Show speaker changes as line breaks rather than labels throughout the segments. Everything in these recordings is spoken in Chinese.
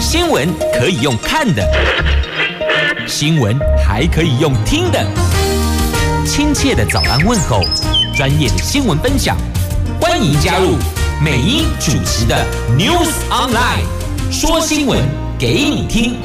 新闻可以用看的，新闻还可以用听的。亲切的早安问候，专业的新闻分享，欢迎加入美英主持的 News Online， 说新闻给你听。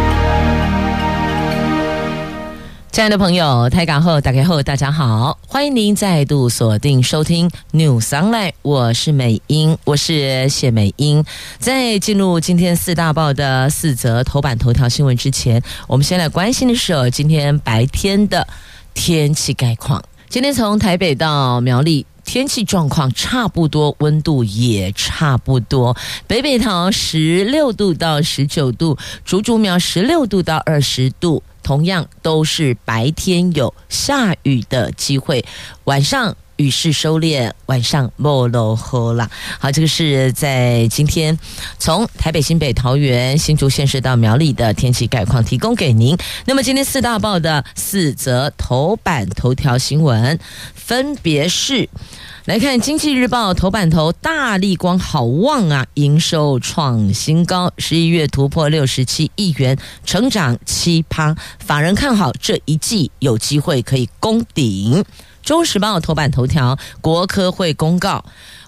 亲爱的朋友，台港后打开后，大家好，欢迎您再度锁定收听 News Online， 我是美英，我是谢美英。在进入今天四大报的4则头版头条新闻之前，我们先来关心的是今天白天的天气概况。今天从台北到苗栗，天气状况差不多，温度也差不多。北桃16度到19度，竹竹苗16度到20度，同样都是白天有下雨的机会，晚上雨势收敛，晚上没落雨啦。好，这个是在今天从台北、新北、桃园、新竹县市到苗栗的天气概况提供给您。那么今天四大报的4则头版头条新闻，分别是来看经济日报头版头，大立光好旺啊，营收创新高，11月突破67亿元，成长7%，法人看好这一季有机会可以攻顶。中时报头版头条，国科会公告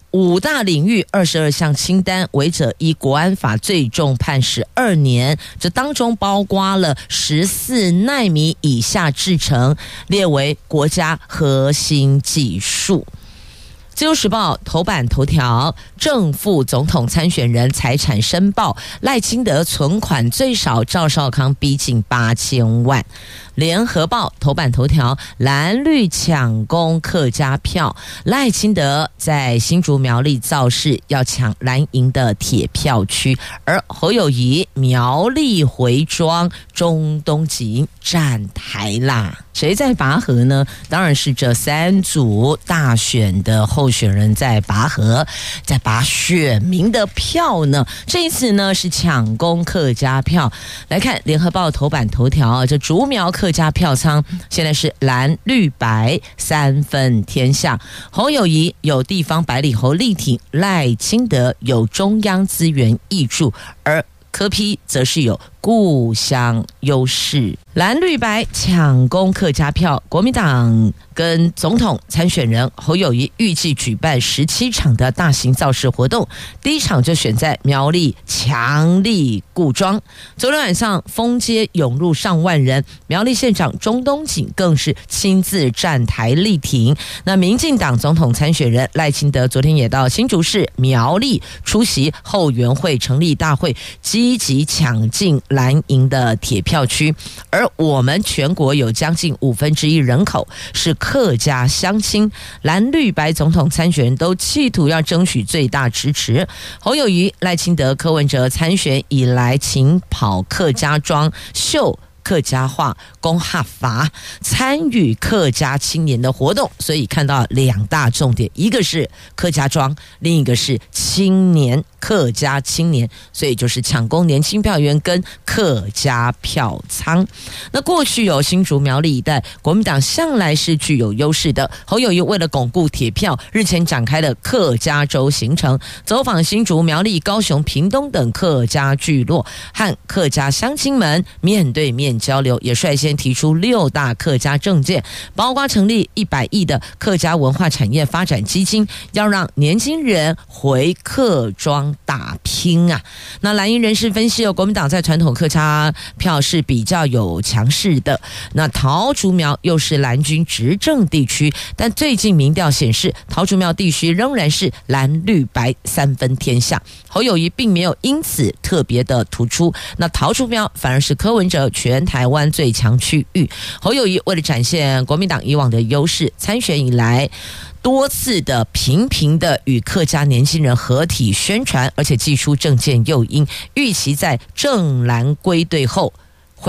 5大领域22项清单，违者依国安法最重判12年，这当中包括了14奈米以下制程，列为国家核心技术。自由时报头版头条，正副总统参选人财产申报，赖清德存款最少，赵少康逼近8000万。联合报头版头条，蓝绿抢攻客家票，赖清德在新竹苗栗造势，要抢蓝营的铁票区，而侯友宜苗栗回庄，中东锦站台啦。谁在拔河呢？当然是这3组大选的候选人在拔河，在拔选民的票呢。这一次呢是抢攻客家票。来看联合报头版头条，这竹苗客家票仓现在是蓝绿白3分天下，侯友宜有地方百里侯力挺，赖清德有中央资源挹注，而柯 P 则是有故乡优势。蓝绿白抢攻客家票，国民党跟总统参选人侯友宜预计举办17场的大型造势活动，第一场就选在苗栗强力固庄。昨天晚上封街涌入上万人，苗栗县长中东锦更是亲自站台力挺。那民进党总统参选人赖清德昨天也到新竹市苗栗出席后援会成立大会，积极抢进蓝营的铁票区。而我们全国有将近1/5人口是客家乡亲，蓝绿白总统参选人都企图要争取最大支持。侯友宜、赖清德、柯文哲参选以来，勤跑客家庄，秀客家话，攻哈法，参与客家青年的活动，所以看到2大重点，一个是客家庄，另一个是青年，客家青年，所以就是抢攻年轻票源跟客家票仓。那过去有新竹苗栗一带，国民党向来是具有优势的，侯友宜为了巩固铁票，日前展开了客家州行程，走访新竹、苗栗、高雄、屏东等客家聚落，和客家乡亲们面对面交流，也率先提出6大客家政见，包括成立100亿的客家文化产业发展基金，要让年轻人回客庄打拼啊。那蓝营人士分析，国民党在传统客家票是比较有强势的，那桃竹苗又是蓝军执政地区，但最近民调显示桃竹苗地区仍然是蓝绿白3分天下，侯友宜并没有因此特别的突出，那桃竹苗反而是柯文哲全台湾最强区域。侯友宜为了展现国民党以往的优势，参选以来多次的频频的与客家年轻人合体宣传，而且祭出政见诱因，预期在正蓝归队后会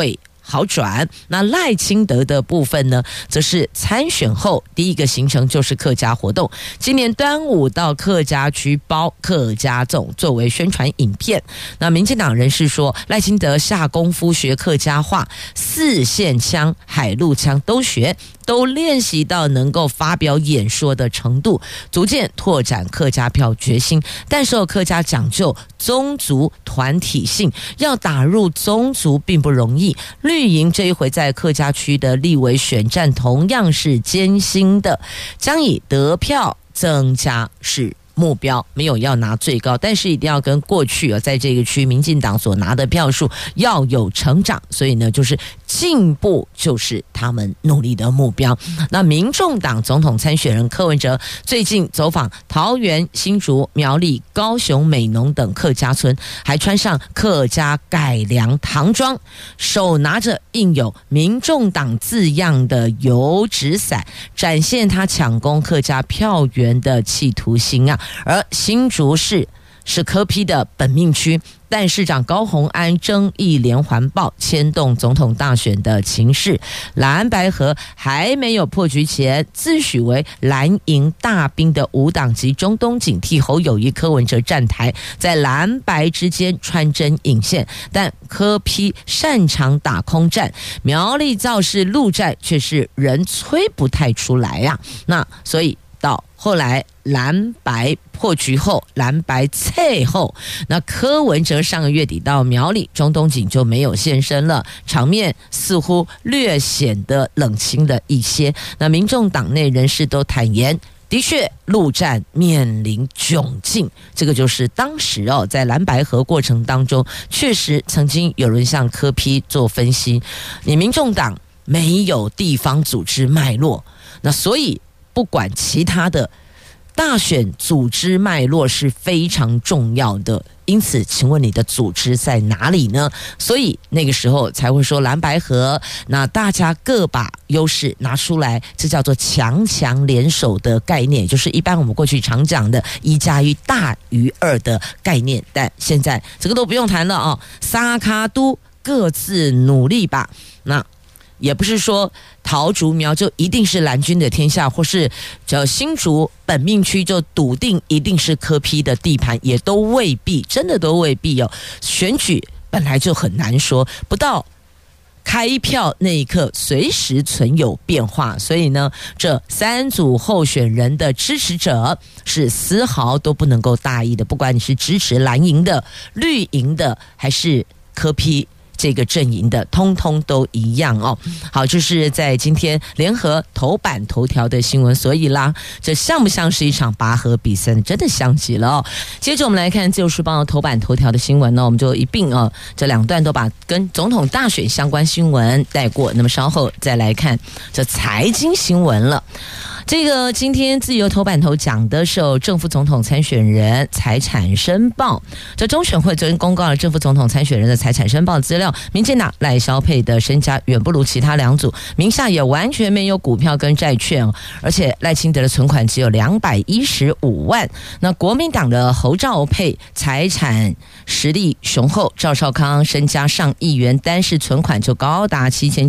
好转。那赖清德的部分呢，则是参选后第一个行程就是客家活动，今年端午到客家区包客家粽作为宣传影片。那民进党人士说，赖清德下功夫学客家话，4线腔、海陆腔都学，都练习到能够发表演说的程度，逐渐拓展客家票决心。但是客家讲究宗族团体性，要打入宗族并不容易。绿营这一回在客家区的立委选战同样是艰辛的，将以得票增加是目标，没有要拿最高，但是一定要跟过去在这个区民进党所拿的票数要有成长，所以呢就是进步就是他们努力的目标。那民众党总统参选人柯文哲最近走访桃园、新竹、苗栗、高雄、美浓等客家村，还穿上客家改良唐装，手拿着印有民众党字样的油纸伞，展现他抢攻客家票源的企图心啊。而新竹市是柯 P 的本命区，但市长高虹安争议连环爆，牵动总统大选的情势。蓝白合还没有破局前，自诩为蓝营大兵的无党籍中东锦替侯友宜、柯文哲站台，在蓝白之间穿针引线。但柯 P 擅长打空战，苗栗造势陆战却是人催不太出来呀。那所以到后来蓝白破局后，蓝白脆后，那柯文哲上个月底到苗栗，中东锦就没有现身了，场面似乎略显得冷清了一些。那民众党内人士都坦言，的确陆战面临窘境，这个就是当时在蓝白合过程当中，确实曾经有人向柯 P 做分析，你民众党没有地方组织脉络，那所以不管其他的大选组织脉络是非常重要的，因此请问你的组织在哪里呢？所以那个时候才会说蓝白合，那大家各把优势拿出来，这叫做强强联手的概念，就是一般我们过去常讲的1+1大于2的概念。但现在这个都不用谈了三卡都各自努力吧。那也不是说桃竹苗就一定是蓝军的天下，或是新竹本命区就笃定一定是柯 P 的地盘，也都未必，真的都未必选举本来就很难说，不到开票那一刻随时存有变化，所以呢，这3组候选人的支持者是丝毫都不能够大意的，不管你是支持蓝营的、绿营的，还是柯 P这个阵营的，通通都一样好，就是在今天联合头版头条的新闻，所以啦，这像不像是一场拔河比赛呢？真的像极了接着我们来看自由时报头版头条的新闻呢，我们就一并这2段都把跟总统大选相关新闻带过，那么稍后再来看这财经新闻了。这个今天自由头版头讲的是正副总统参选人财产申报，这中选会昨天公告了正副总统参选人的财产申报资料，民进党赖萧配的身家远不如其他2组，名下也完全没有股票跟债券而且赖清德的存款只有215万。那国民党的侯兆配财产实力雄厚，赵少康身家上亿元，单是存款就高达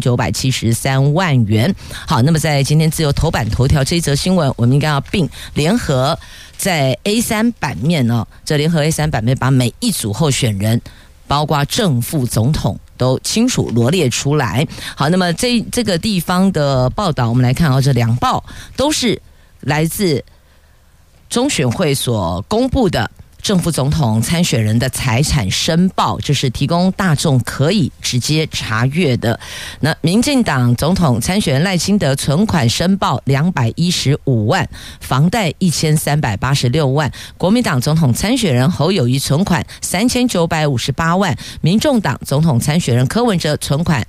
7973万元。好，那么在今天自由头版头条这一则新闻，我们应该要并联合在 A3 版面这联合 A3 版面把每一组候选人包括正副总统都清楚罗列出来。好，那么这个地方的报道我们来看这2报都是来自中选会所公布的正副总统参选人的财产申报，就是提供大众可以直接查阅的。那民进党总统参选人赖清德存款申报215万，房贷1386万；国民党总统参选人侯友宜存款3958万，民众党总统参选人柯文哲存款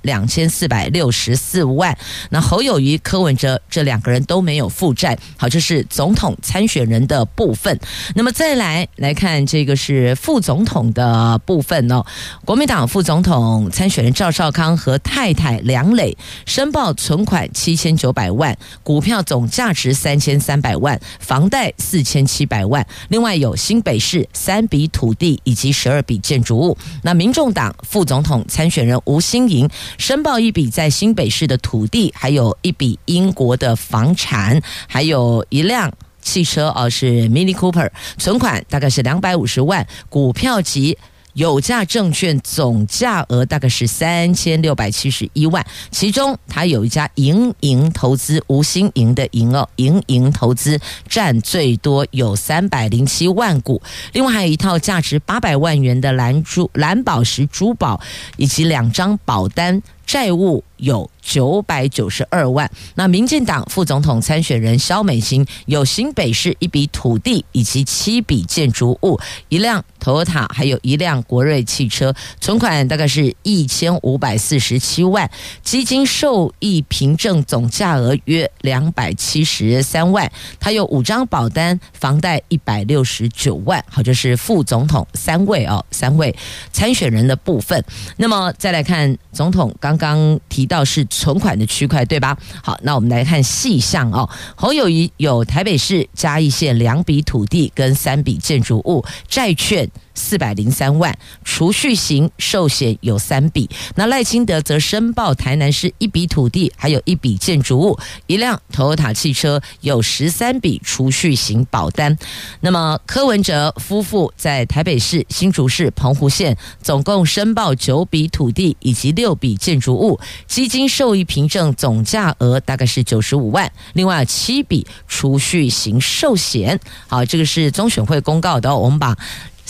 2464万。那侯友宜、柯文哲这2个人都没有负债。好，这是总统参选人的部分。那么再来看看这个是副总统的部分哦。国民党副总统参选人赵少康和太太梁磊申报存款7900万，股票总价值3300万，房贷4700万。另外有新北市3笔土地以及12笔建筑物。那民众党副总统参选人吴欣盈申报一笔在新北市的土地，还有一笔英国的房产，还有一辆汽车是 Mini Cooper， 存款大概是250万，股票及有价证券总价额大概是3671万，其中他有一家盈投资，吴欣盈的盈投资占最多，有307万股。另外还有一套价值800万元的蓝宝石珠宝，以及2张保单，债务有992万。那民进党副总统参选人萧美琴有新北市1笔土地以及7笔建筑物，一辆 Toyota 还有一辆国瑞汽车，存款大概是1547万，基金受益凭证总价额约273万，他有5张保单，房贷169万。好，这是副总统三位参选人的部分。那么再来看总统刚刚提到是存款的区块，对吧？好，那我们来看细项侯友宜有台北市嘉义县2笔土地跟3笔建筑物，债券403万，储蓄型寿险有3笔。那赖清德则申报台南市1笔土地，还有1笔建筑物，一辆 Toyota 汽车，有13笔储蓄型保单。那么柯文哲夫妇在台北市、新竹市、澎湖县总共申报9笔土地以及6笔建筑物，基金受益凭证总价额大概是95万，另外7笔储蓄型寿险。好，这个是中选会公告的我们把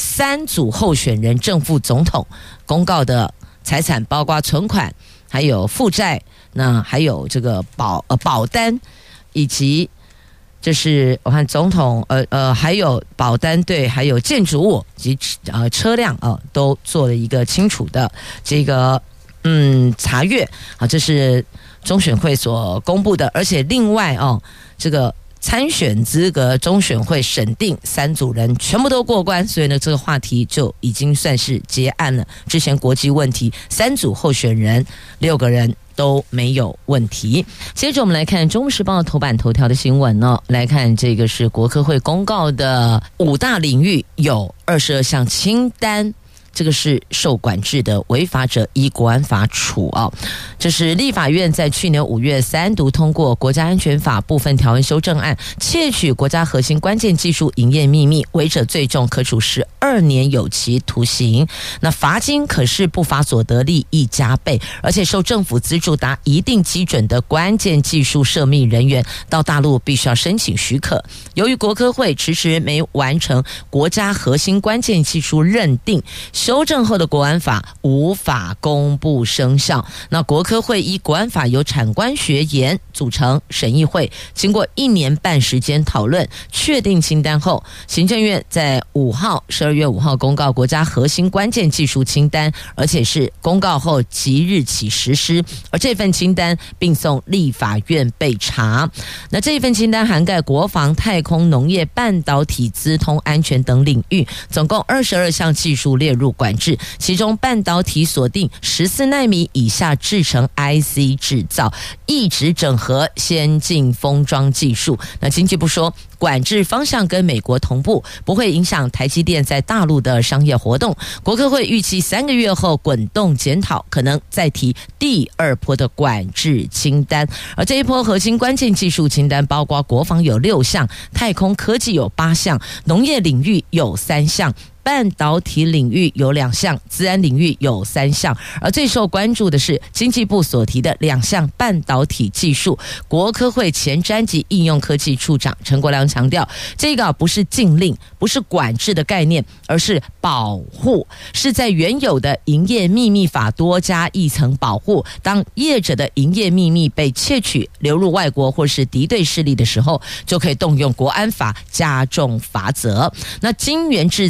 3组候选人正副总统公告的财产，包括存款，还有负债，那还有这个保单，以及这是我看总统还有保单，对，还有建筑物及车辆都做了一个清楚的这个查阅。好，这是中选会所公布的，而且另外这个参选资格中选会审定3组人全部都过关，所以呢这个话题就已经算是结案了。之前国际问题3组候选人6个人都没有问题。接着我们来看《中国时报》头版头条的新闻来看这个是国科会公告的5大领域有22项清单，这个是受管制的违法者依国安法处这是立法院在去年5月3读通过国家安全法部分条文修正案，窃取国家核心关键技术营业秘密，违者最重可处12年有期徒刑，那罚金可是不法所得利益加倍，而且受政府资助达一定基准的关键技术涉密人员到大陆必须要申请许可。由于国科会迟迟没完成国家核心关键技术认定，修正后的国安法无法公布生效。那国科会依国安法由产官学研组成审议会，经过1年半时间讨论，确定清单后，行政院在12月5号公告国家核心关键技术清单，而且是公告后即日起实施。而这份清单并送立法院备查。那这份清单涵盖国防、太空、农业、半导体、资通、安全等领域，总共22项技术列入管制，其中半导体锁定14奈米以下制成 IC 制造，一直整合先进封装技术。那经济部说，管制方向跟美国同步，不会影响台积电在大陆的商业活动。国科会预期3个月后滚动检讨，可能再提第2波的管制清单。而这一波核心关键技术清单包括国防有6项，太空科技有8项，农业领域有3项，半导体领域有2项，资安领域有3项。而最受关注的是经济部所提的2项半导体技术。国科会前瞻及应用科技处长陈国良强调，这个不是禁令，不是管制的概念，而是保护，是在原有的营业秘密法多加一层保护。当业者的营业秘密被窃取流入外国或是敌对势力的时候，就可以动用国安法加重罚则。那晶圆制造以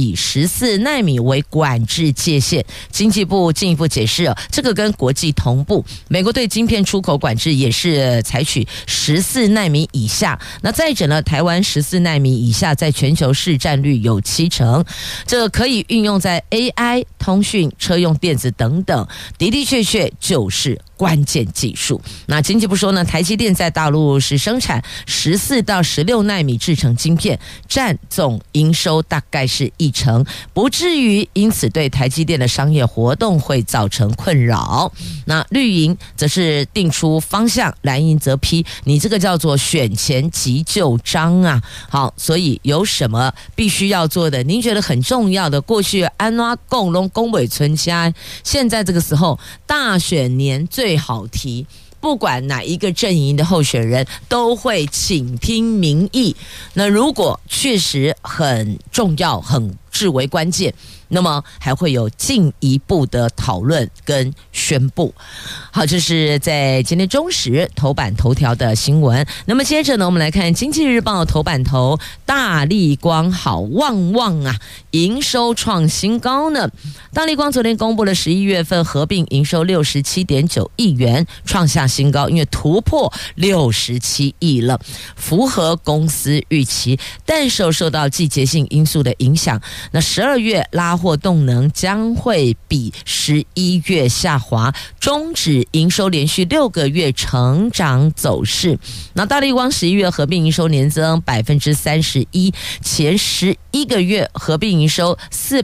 以14奈米为管制界限。经济部进一步解释，这个跟国际同步，美国对晶片出口管制也是采取14奈米以下。那再者呢，台湾14奈米以下在全球市占率有70%，这可以运用在 AI、通讯、车用电子等等，的的确确就是关键技术。那经济部说呢，台积电在大陆是生产14到16奈米制程晶片，占总营收大概是1%，不至于因此对台积电的商业活动会造成困扰。那绿营则是定出方向，蓝营则批你这个叫做选前急救章啊。好，所以有什么必须要做的，您觉得很重要的，过去安怎共荣公委存家，现在这个时候大选年最好提，不管哪一个阵营的候选人都会倾听民意。那如果确实很重要、很至为关键，那么还会有进一步的讨论跟宣布。好，这是在今天中时头版头条的新闻。那么接着呢，我们来看经济日报头版头，大立光好旺旺啊，营收创新高呢。大立光昨天公布了11月份合并营收 67.9 亿元，创下新高，因为突破67亿了，符合公司预期。但受到季节性因素的影响，那12月拉货动能将会比11月下滑，终止营收连续6个月成长走势。那大立光11月合并营收年增 31%， 前11个月合并营收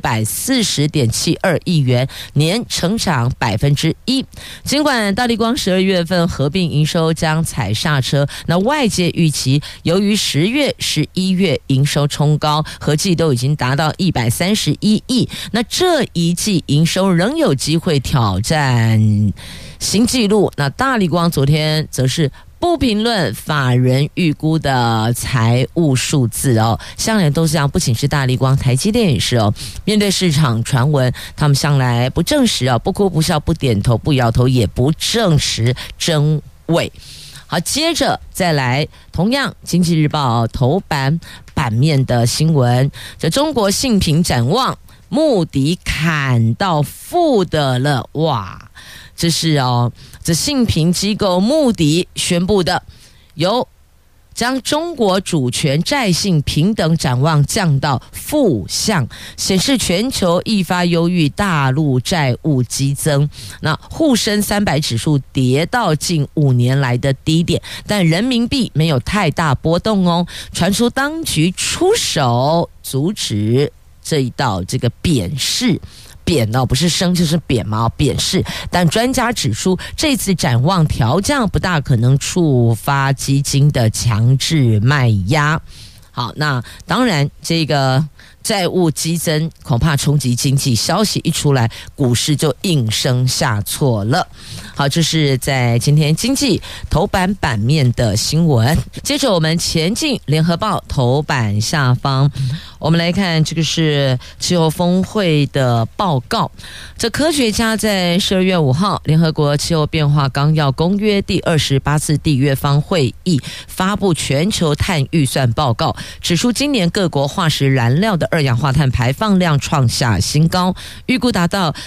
440.72 亿元，年成长 1%。 尽管大立光12月份合并营收将踩刹车，那外界预期由于10月、11月营收冲高，合计都已经达到131亿，那这一季营收仍有机会挑战新纪录。那大立光昨天则是不评论法人预估的财务数字哦，向来都是这样，不仅是大立光，台积电也是哦。面对市场传闻，他们向来不证实哦，不哭不笑不点头不摇头，也不证实真伪。好，接着再来，同样经济日报头版面的新闻，这中国信评展望穆迪砍到负的了，哇！这是这信评机构穆迪宣布的，由将中国主权债信平等展望降到负向，显示全球愈发忧郁，大陆债务激增。那沪深300指数跌到近5年来的低点，但人民币没有太大波动哦。传出当局出手阻止这一道这个贬势。贬不是升就是贬嘛，贬势。但专家指出，这次展望调降不大可能触发基金的强制卖压。好，那当然这个债务激增恐怕冲击经济，消息一出来，股市就应声下挫了。好，这是在今天经济头版版面的新闻。接着我们前进联合报头版下方，我们来看这个是气候峰会的报告。这科学家在12月5号联合国气候变化纲要公约第28次缔约方会议发布全球碳预算报告，指出今年各国化石燃料的二氧化碳排放量创下新高，预估达到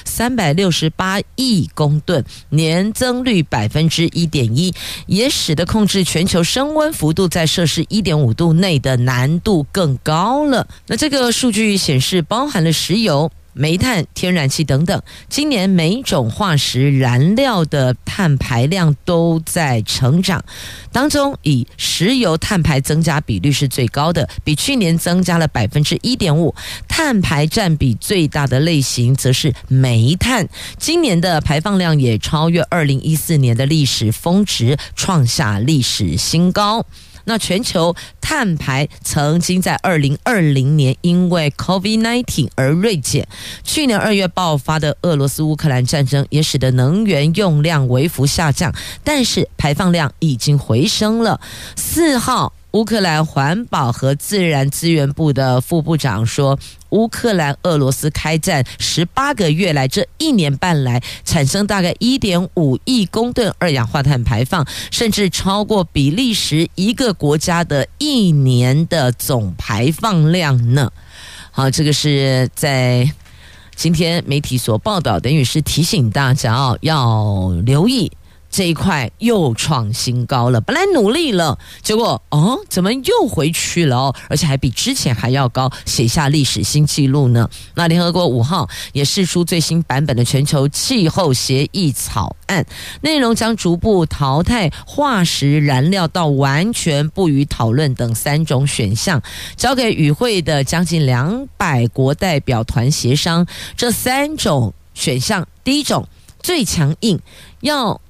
368亿公吨，年增率 1.1%， 也使得控制全球升温幅度在摄氏 1.5 度内的难度更高了。那这个数据显示，包含了石油、煤炭、天然气等等，今年每种化石燃料的碳排量都在成长，当中以石油碳排增加比率是最高的，比去年增加了 1.5%， 碳排占比最大的类型则是煤炭，今年的排放量也超越2014年的历史峰值，创下历史新高。那全球碳排曾经在2020年因为 COVID-19 而锐减，去年2月爆发的俄罗斯乌克兰战争也使得能源用量微幅下降，但是排放量已经回升了。4号乌克兰环保和自然资源部的副部长说，乌克兰俄罗斯开战18个月来，这1年半来产生大概 1.5 亿公吨二氧化碳排放，甚至超过比利时一个国家的1年的总排放量呢。 好，这个是在今天媒体所报道，等于是提醒大家要留意。这一块又创新高了，本来努力了，结果怎么又回去了而且还比之前还要高，写下历史新纪录呢？那联合国5号也释出最新版本的全球气候协议草案，内容将逐步淘汰化石燃料到完全不予讨论等3种选项，交给与会的将近200国代表团协商。这3种选项，第一种最强硬，要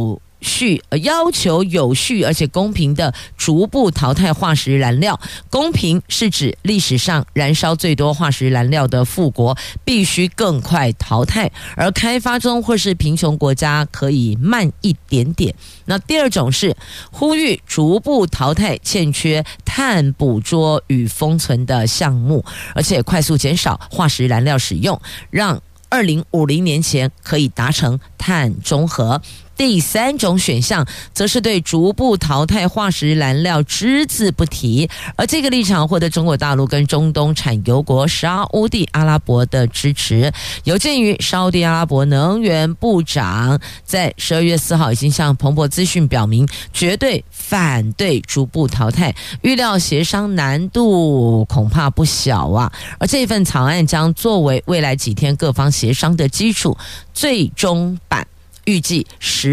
求有序而且公平的逐步淘汰化石燃料。公平是指历史上燃烧最多化石燃料的富国必须更快淘汰，而开发中或是贫穷国家可以慢一点点。那第二种是呼吁逐步淘汰欠缺碳捕捉与封存的项目，而且快速减少化石燃料使用，让2050年前可以达成碳中和。第3种选项则是对逐步淘汰化石燃料只字不提，而这个立场获得中国大陆跟中东产油国沙烏地阿拉伯的支持。有鉴于沙烏地阿拉伯能源部长在12月4号已经向彭博资讯表明绝对反对逐步淘汰，预料协商难度恐怕不小啊。而这份草案将作为未来几天各方协商的基础，最终版预计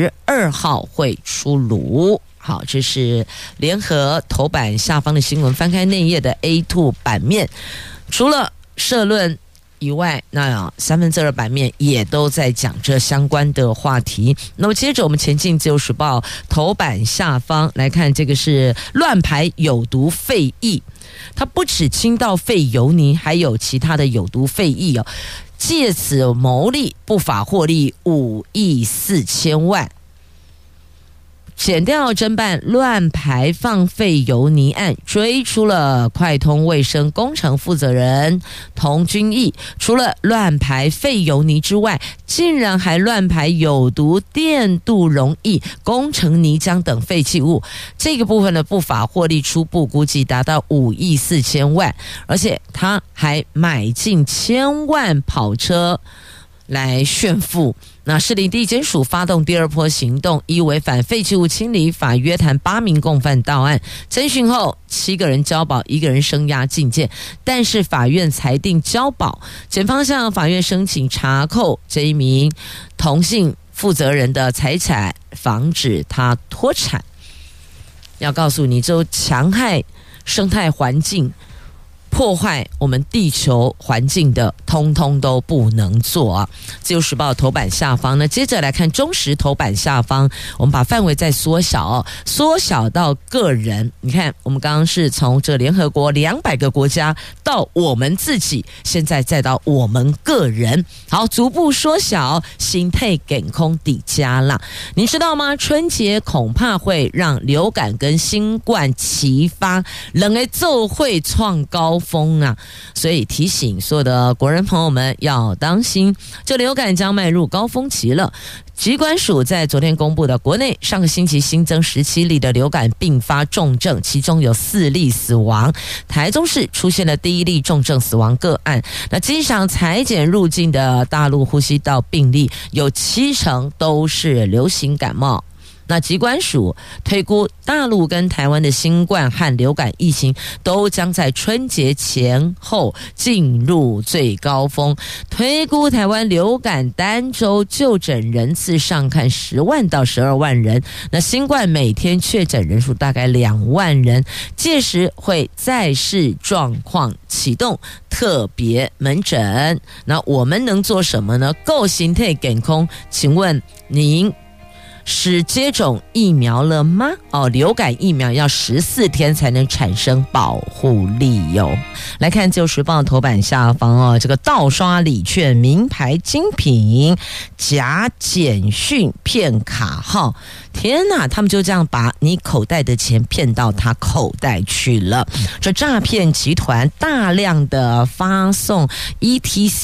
12号会出炉。好，这是联合头版下方的新闻，翻开内页的 A2 版面，除了社论以外，那2/3版面也都在讲这相关的话题。那么接着我们前进自由时报头版下方来看，这个是乱排有毒废液，它不止倾倒废油泥，还有其他的有毒废液借此牟利，不法获利5亿4千万。检调侦办乱排放废油泥案，追出了快通卫生工程负责人童君毅。除了乱排废油泥之外，竟然还乱排有毒电镀溶液、工程泥浆等废弃物。这个部分的不法获利初步估计达到5亿4千万，而且他还买进1000万跑车来炫富。那士林地检署发动第2波行动，依违反废弃物清理法约谈8名共犯到案，侦讯后7个人交保，1个人声押禁见，但是法院裁定交保。检方向法院申请查扣这一名同性负责人的财产，防止他脱产。要告诉你，就强害生态环境，破坏我们地球环境的通通都不能做啊！自由时报头版下方呢，接着来看中时头版下方，我们把范围再缩小缩小到个人。你看，我们刚刚是从这联合国200个国家到我们自己，现在再到我们个人，好，逐步缩小，心态健康底加啦。你知道吗？春节恐怕会让流感跟新冠齐发，两个奏会创高峰啊！所以提醒所有的国人朋友们要当心，这流感将迈入高峰期了。疾管署在昨天公布的国内上个星期新增17例的流感并发重症，其中有4例死亡。台中市出现了第1例重症死亡个案。那机场采检入境的大陆呼吸道病例有70%都是流行感冒。那疾管署推估，大陆跟台湾的新冠和流感疫情都将在春节前后进入最高峰。推估台湾流感单周就诊人次上看10万到12万人，那新冠每天确诊人数大概2万人，届时会再视状况启动特别门诊。那我们能做什么呢？够心态健康，请问您是接种疫苗了吗？流感疫苗要14天才能产生保护力哟。来看自由时报头版下方这个盗刷礼券、名牌精品、假简讯骗卡号，天哪，他们就这样把你口袋的钱骗到他口袋去了。这诈骗集团大量的发送 ETC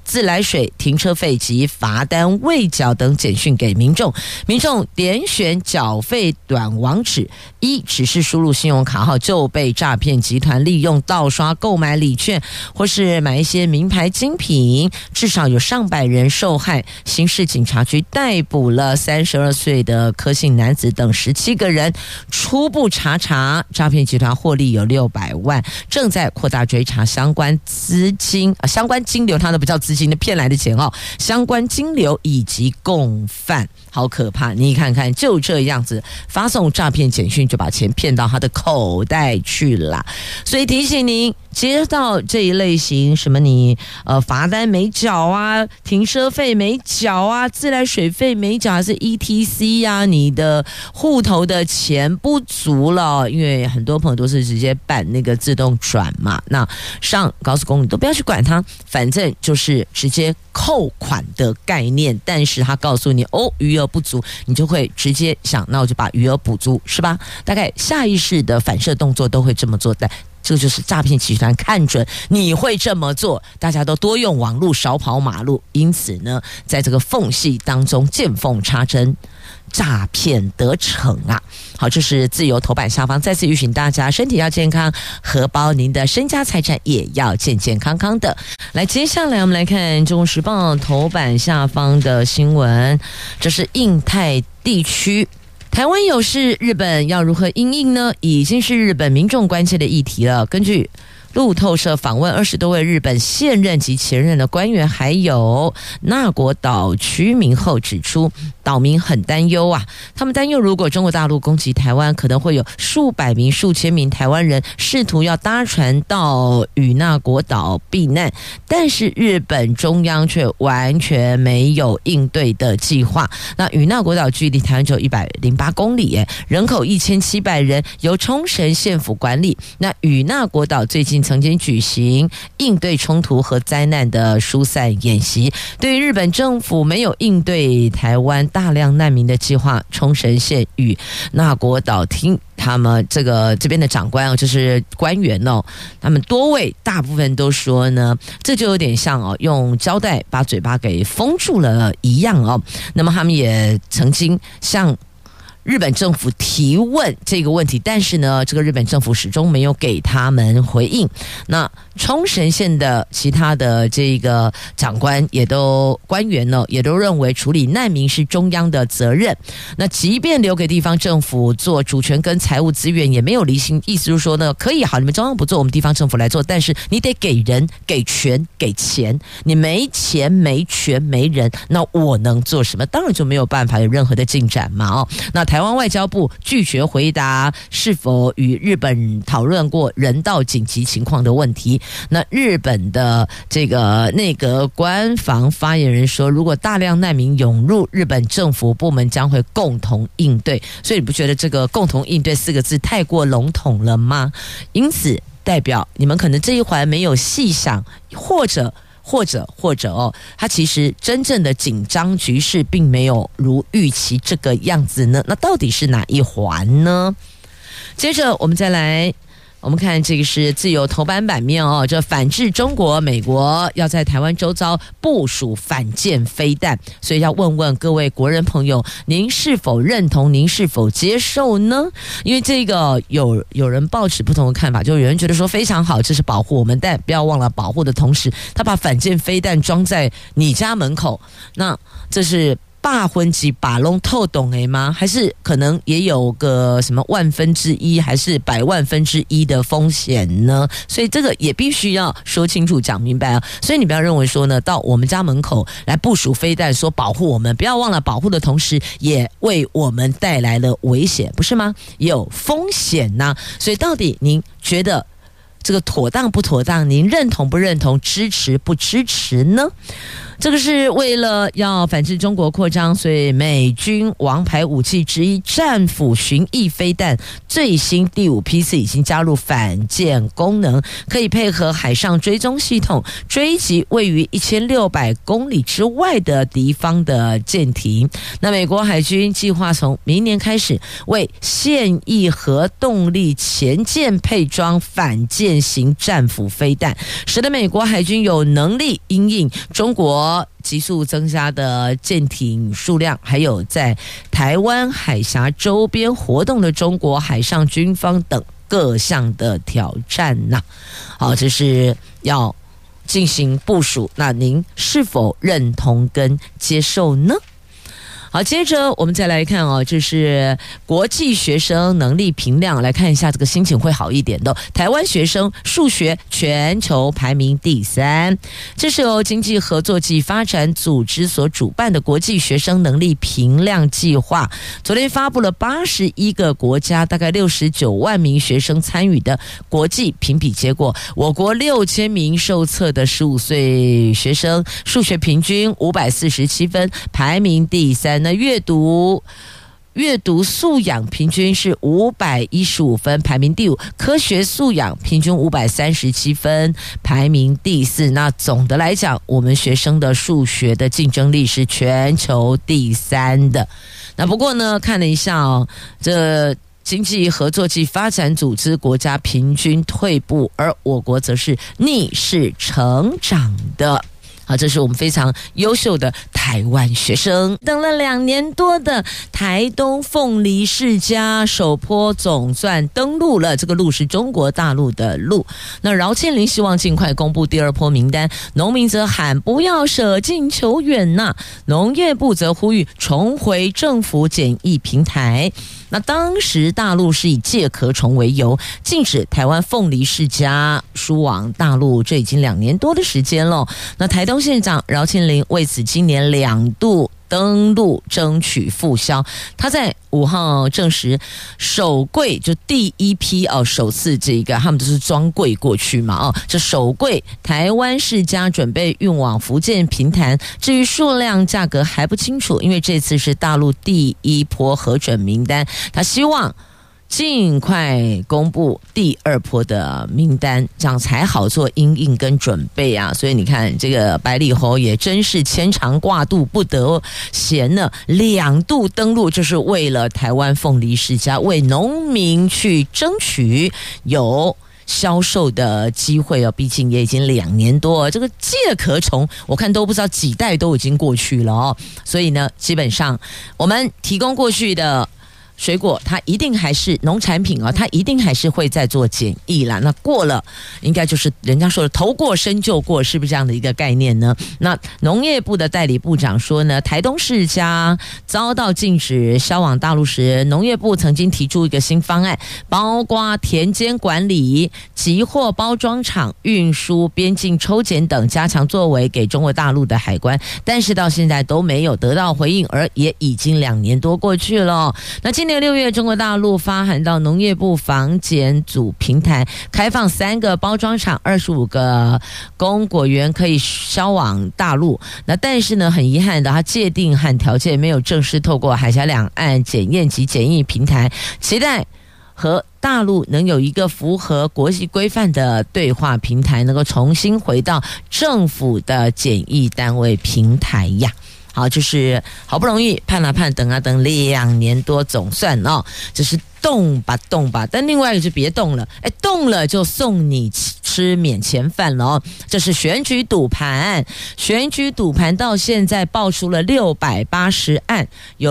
自来水、停车费及罚单未缴等简讯给民众，民众点选缴费短网址，只是输入信用卡号就被诈骗集团利用盗刷购买礼券或是买一些名牌精品，至少有上百人受害。刑事警察局逮捕了32岁的柯姓男子等17个人，初步查诈骗集团获利有600万，正在扩大追查相关资金、相关金流，它都不叫资金的骗来的钱相关金流以及共犯。好可怕，你看看就这样子发送诈骗简讯就把钱骗到他的口袋去了。所以提醒您，接到这一类型什么你罚单没缴啊，停车费没缴啊，自来水费没缴，还是 ETC 啊，你的户头的钱不足了，因为很多朋友都是直接办那个自动转嘛，那上高速公路都不要去管它，反正就是直接扣款的概念，但是他告诉你余额不足，你就会直接想，那我就把余额补足，是吧？大概下意识的反射动作都会这么做，但这个就是诈骗集团看准你会这么做，大家都多用网络少跑马路，因此呢，在这个缝隙当中见缝插针，诈骗得逞啊！好，这是自由头版下方再次预请大家身体要健康，荷包您的身家财产也要健健康康的。来，接下来我们来看《中国时报》头版下方的新闻，这是印太地区。台湾有事，日本要如何因应呢？已经是日本民众关切的议题了。根据路透社访问20多位日本现任及前任的官员，还有那国岛居民后指出，岛民很担忧啊。他们担忧，如果中国大陆攻击台湾，可能会有数百名、数千名台湾人试图要搭船到与那国岛避难，但是日本中央却完全没有应对的计划。那与那国岛距离台湾只有108公里，人口1700人，由冲绳县府管理。那与那国岛最近曾经举行应对冲突和灾难的疏散演习，对于日本政府没有应对台湾大量难民的计划，冲绳县与那国岛厅他们这边的长官就是官员他们多位大部分都说呢，这就有点像用胶带把嘴巴给封住了一样那么他们也曾经向日本政府提问这个问题，但是呢，这个日本政府始终没有给他们回应。那冲绳县的其他的这个长官官员也都认为处理难民是中央的责任。那即便留给地方政府做主权跟财务资源，也没有离心，意思就是说呢，可以好，你们中央不做，我们地方政府来做，但是你得给人、给权、给钱。你没钱、没权、没人，那我能做什么？当然就没有办法有任何的进展嘛那台湾外交部拒绝回答是否与日本讨论过人道紧急情况的问题。那日本的这个内阁官房发言人说，如果大量难民涌入，日本政府部门将会共同应对。所以你不觉得这个共同应对4个字太过笼统了吗？因此代表你们可能这一环没有细想，或者它其实真正的紧张局势并没有如预期这个样子呢？那到底是哪一环呢？接着我们再来我们看这个是自由头版版面这反制中国，美国要在台湾周遭部署反舰飞弹，所以要问问各位国人朋友，您是否认同，您是否接受呢？因为这个有人抱持不同的看法，就有人觉得说非常好，这是保护我们，但不要忘了保护的同时，他把反舰飞弹装在你家门口，那这是霸婚级把拢透懂吗？还是可能也有个什么1/1000还是100,000,000,000的风险呢？所以这个也必须要说清楚讲明白所以你不要认为说呢，到我们家门口来部署飞弹说保护我们，不要忘了保护的同时也为我们带来了危险，不是吗？也有风险呐。所以到底您觉得这个妥当不妥当？您认同不认同？支持不支持呢？ 这个是为了要反制中国扩张，所以美军王牌武器之一战斧巡弋飞弹最新第5批次已经加入反舰功能，可以配合海上追踪系统追击位于1600公里之外的敌方的舰艇。那美国海军计划从明年开始为现役核动力前舰配装反舰型战斧飞弹，使得美国海军有能力因应中国急速增加的舰艇数量，还有在台湾海峡周边活动的中国海上军方等各项的挑战呐。好，这是要进行部署，那您是否认同跟接受呢？好，接着我们再来看这是国际学生能力评量，来看一下这个心情会好一点的。台湾学生数学全球排名第3，这是由经济合作暨发展组织所主办的国际学生能力评量计划。昨天发布了81个国家大概69万名学生参与的国际评比结果。我国6000名受测的15岁学生数学平均547分，排名第3。那阅读素养平均是515分，排名第5；科学素养平均537分，排名第4。那总的来讲，我们学生的数学的竞争力是全球第3的。那不过呢，看了一下这经济合作暨发展组织国家平均退步，而我国则是逆势成长的。好，这是我们非常优秀的台湾学生。等了2年多的台东凤梨世家首波总算登陆了，这个陆是中国大陆的陆。那饶庆林希望尽快公布第2波名单，农民则喊不要舍近求远呐。农业部则呼吁重回政府检疫平台。那当时大陆是以介壳虫为由，禁止台湾凤梨世家输往大陆，这已经2年多的时间了。那台东县长饶庆林为此今年2度登陆争取复销。他在5号证实首柜就第1批首次这个他们都是装柜过去嘛这首柜台湾世家准备运往福建平潭，至于数量价格还不清楚，因为这次是大陆第1波核准名单，他希望尽快公布第2波的名单，这样才好做因应跟准备啊！所以你看，这个百里侯也真是牵肠挂肚不得闲呢，2度登陆就是为了台湾凤梨世家，为农民去争取有销售的机会毕竟也已经2年多，这个介壳虫我看都不知道几代都已经过去了所以呢，基本上我们提供过去的水果它一定还是农产品它一定还是会再做检疫啦。那过了应该就是人家说的头过身就过，是不是这样的一个概念呢？那农业部的代理部长说呢，台东世家遭到禁止销往大陆时，农业部曾经提出一个新方案，包括田间管理、集货包装厂、运输、边境抽检等加强作为给中国大陆的海关，但是到现在都没有得到回应，而也已经2年多过去了。那今年6月，中国大陆发函到农业部防检组平台，开放3个包装厂、25个供果园可以销往大陆。那但是呢，很遗憾的，它界定和条件没有正式透过海峡两岸检验及检疫平台，期待和大陆能有一个符合国际规范的对话平台，能够重新回到政府的检疫单位平台呀。好，就是好不容易盼啊盼，等啊等，2年多总算就是动吧动吧，但另外一个就别动了，动了就送你吃免钱饭了这是选举赌盘，选举赌盘到现在爆出了680案，有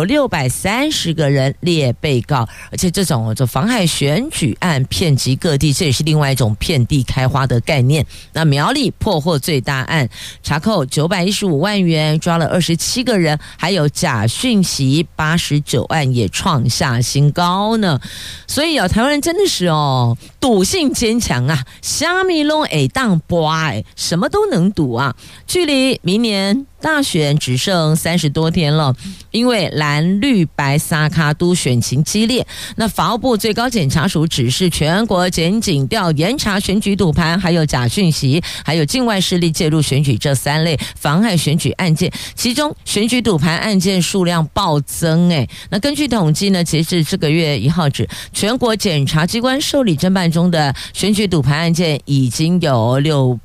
630个人列被告，而且这种妨害选举案遍及各地，这也是另外一种遍地开花的概念。那苗栗破获最大案，查扣915万元，抓了27个人，还有假讯息89案也创下新高呢。所以台湾人真的是赌赌性坚强啊，虾米拢会当博哎，什么都能赌啊。距离明年大选只剩30多天了，因为蓝绿白沙卡都选情激烈，那法务部最高检察署指示全国检警调严查选举赌盘，还有假讯息，还有境外势力介入选举这3类妨害选举案件，其中选举赌盘案件数量暴增那根据统计呢，截至这个月1号止，全国检察机关受理侦办中的选举赌盘案件已经有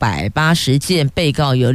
680件，被告有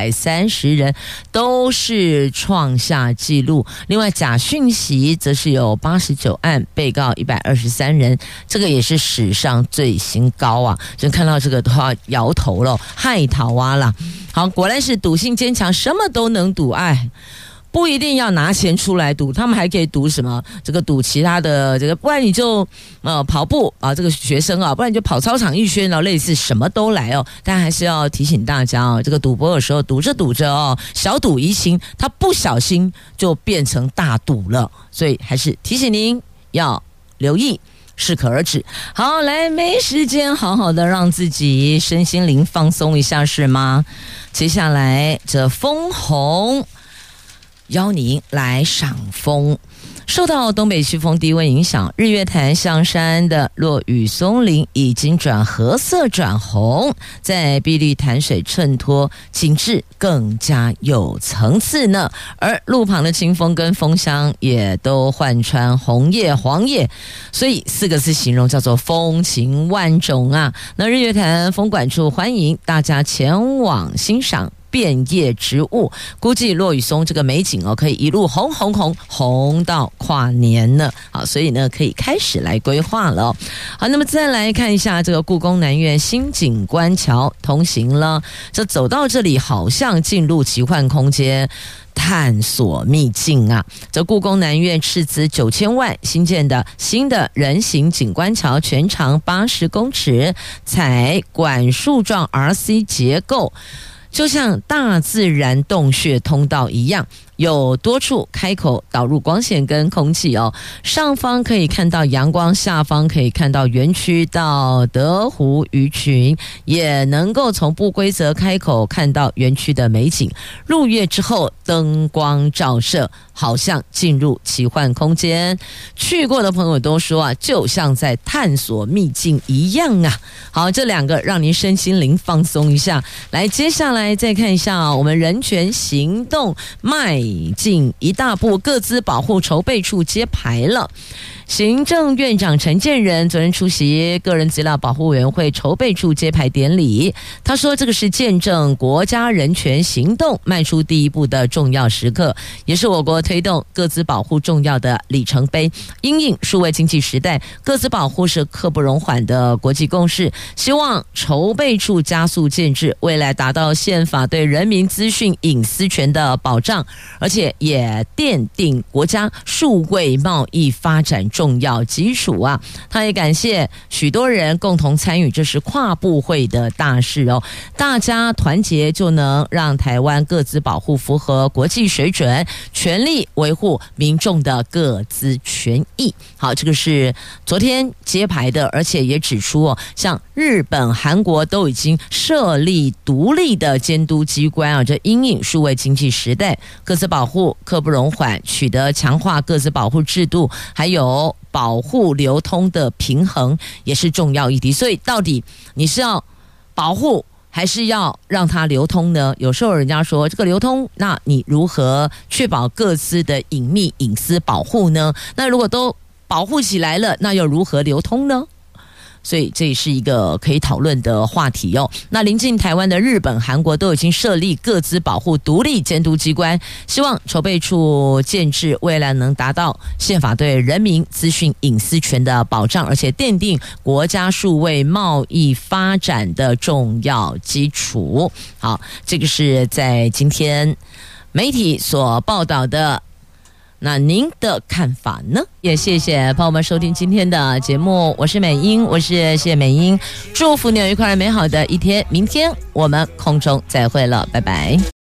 630人，都是创下纪录。另外假讯息则是有89案，被告123人，这个也是史上最新高啊！就看到这个都要摇头了，害桃啊啦！好，果然是赌性坚强，什么都能赌，不一定要拿钱出来赌，他们还可以赌什么？这个赌其他的，这个不然你就跑步啊，这个学生啊，不然你就跑操场一圈，类似什么都来哦。但还是要提醒大家哦，这个赌博有时候赌着赌着哦，小赌怡情，他不小心就变成大赌了，所以还是提醒您要留意。适可而止。好，来，没时间好好的让自己身心灵放松一下是吗？接下来这枫红邀您来赏枫。受到东北季风低温影响，日月潭象山的落羽松林已经转褐色转红，在碧绿潭水衬托，景致更加有层次呢。而路旁的清风跟枫香也都换穿红叶黄叶，所以4个字形容叫做风情万种啊。那日月潭风管处欢迎大家前往欣赏变叶植物，估计落羽松这个美景可以一路红到跨年呢。好，所以呢可以开始来规划了。好，那么再来看一下这个故宫南院新景观桥通行了，这走到这里好像进入奇幻空间，探索秘境啊！这故宫南院斥资9000万新建的新的人行景观桥，全长80公尺，采管束状 RC 结构，就像大自然洞穴通道一样，有多处开口导入光线跟空气哦。上方可以看到阳光，下方可以看到园区到德湖鱼群，也能够从不规则开口看到园区的美景。入夜之后灯光照射，好像进入奇幻空间。去过的朋友都说啊，就像在探索秘境一样啊。好，这2个让您身心灵放松一下。来，接下来再看一下我们人权行动迈进一大步，个资保护筹备处揭牌了。行政院长陈建仁昨天出席个人资料保护委员会筹备处揭牌典礼，他说这个是见证国家人权行动迈出第一步的重要时刻，也是我国推动个资保护重要的里程碑。因应数位经济时代，个资保护是刻不容缓的国际共识，希望筹备处加速建制，未来达到宪法对人民资讯隐私权的保障，而且也奠定国家数位贸易发展重要基础啊！他也感谢许多人共同参与，这是跨部会的大事哦。大家团结就能让台湾个资保护符合国际水准，全力维护民众的个资权益。好，这个是昨天揭牌的，而且也指出像日本、韩国都已经设立独立的监督机关啊，这因应数位经济时代，个资保护刻不容缓，取得强化个资保护制度，还有保护流通的平衡也是重要议题。所以到底你是要保护还是要让它流通呢？有时候人家说这个流通，那你如何确保个资的隐秘隐私保护呢？那如果都保护起来了，那又如何流通呢？所以这也是一个可以讨论的话题哦。那临近台湾的日本、韩国都已经设立个资保护独立监督机关，希望筹备处建制未来能达到宪法对人民资讯隐私权的保障，而且奠定国家数位贸易发展的重要基础。好，这个是在今天媒体所报道的。那您的看法呢？也谢谢朋友们收听今天的节目，我是美英，我是谢美英，祝福你有一块美好的一天，明天我们空中再会了，拜拜。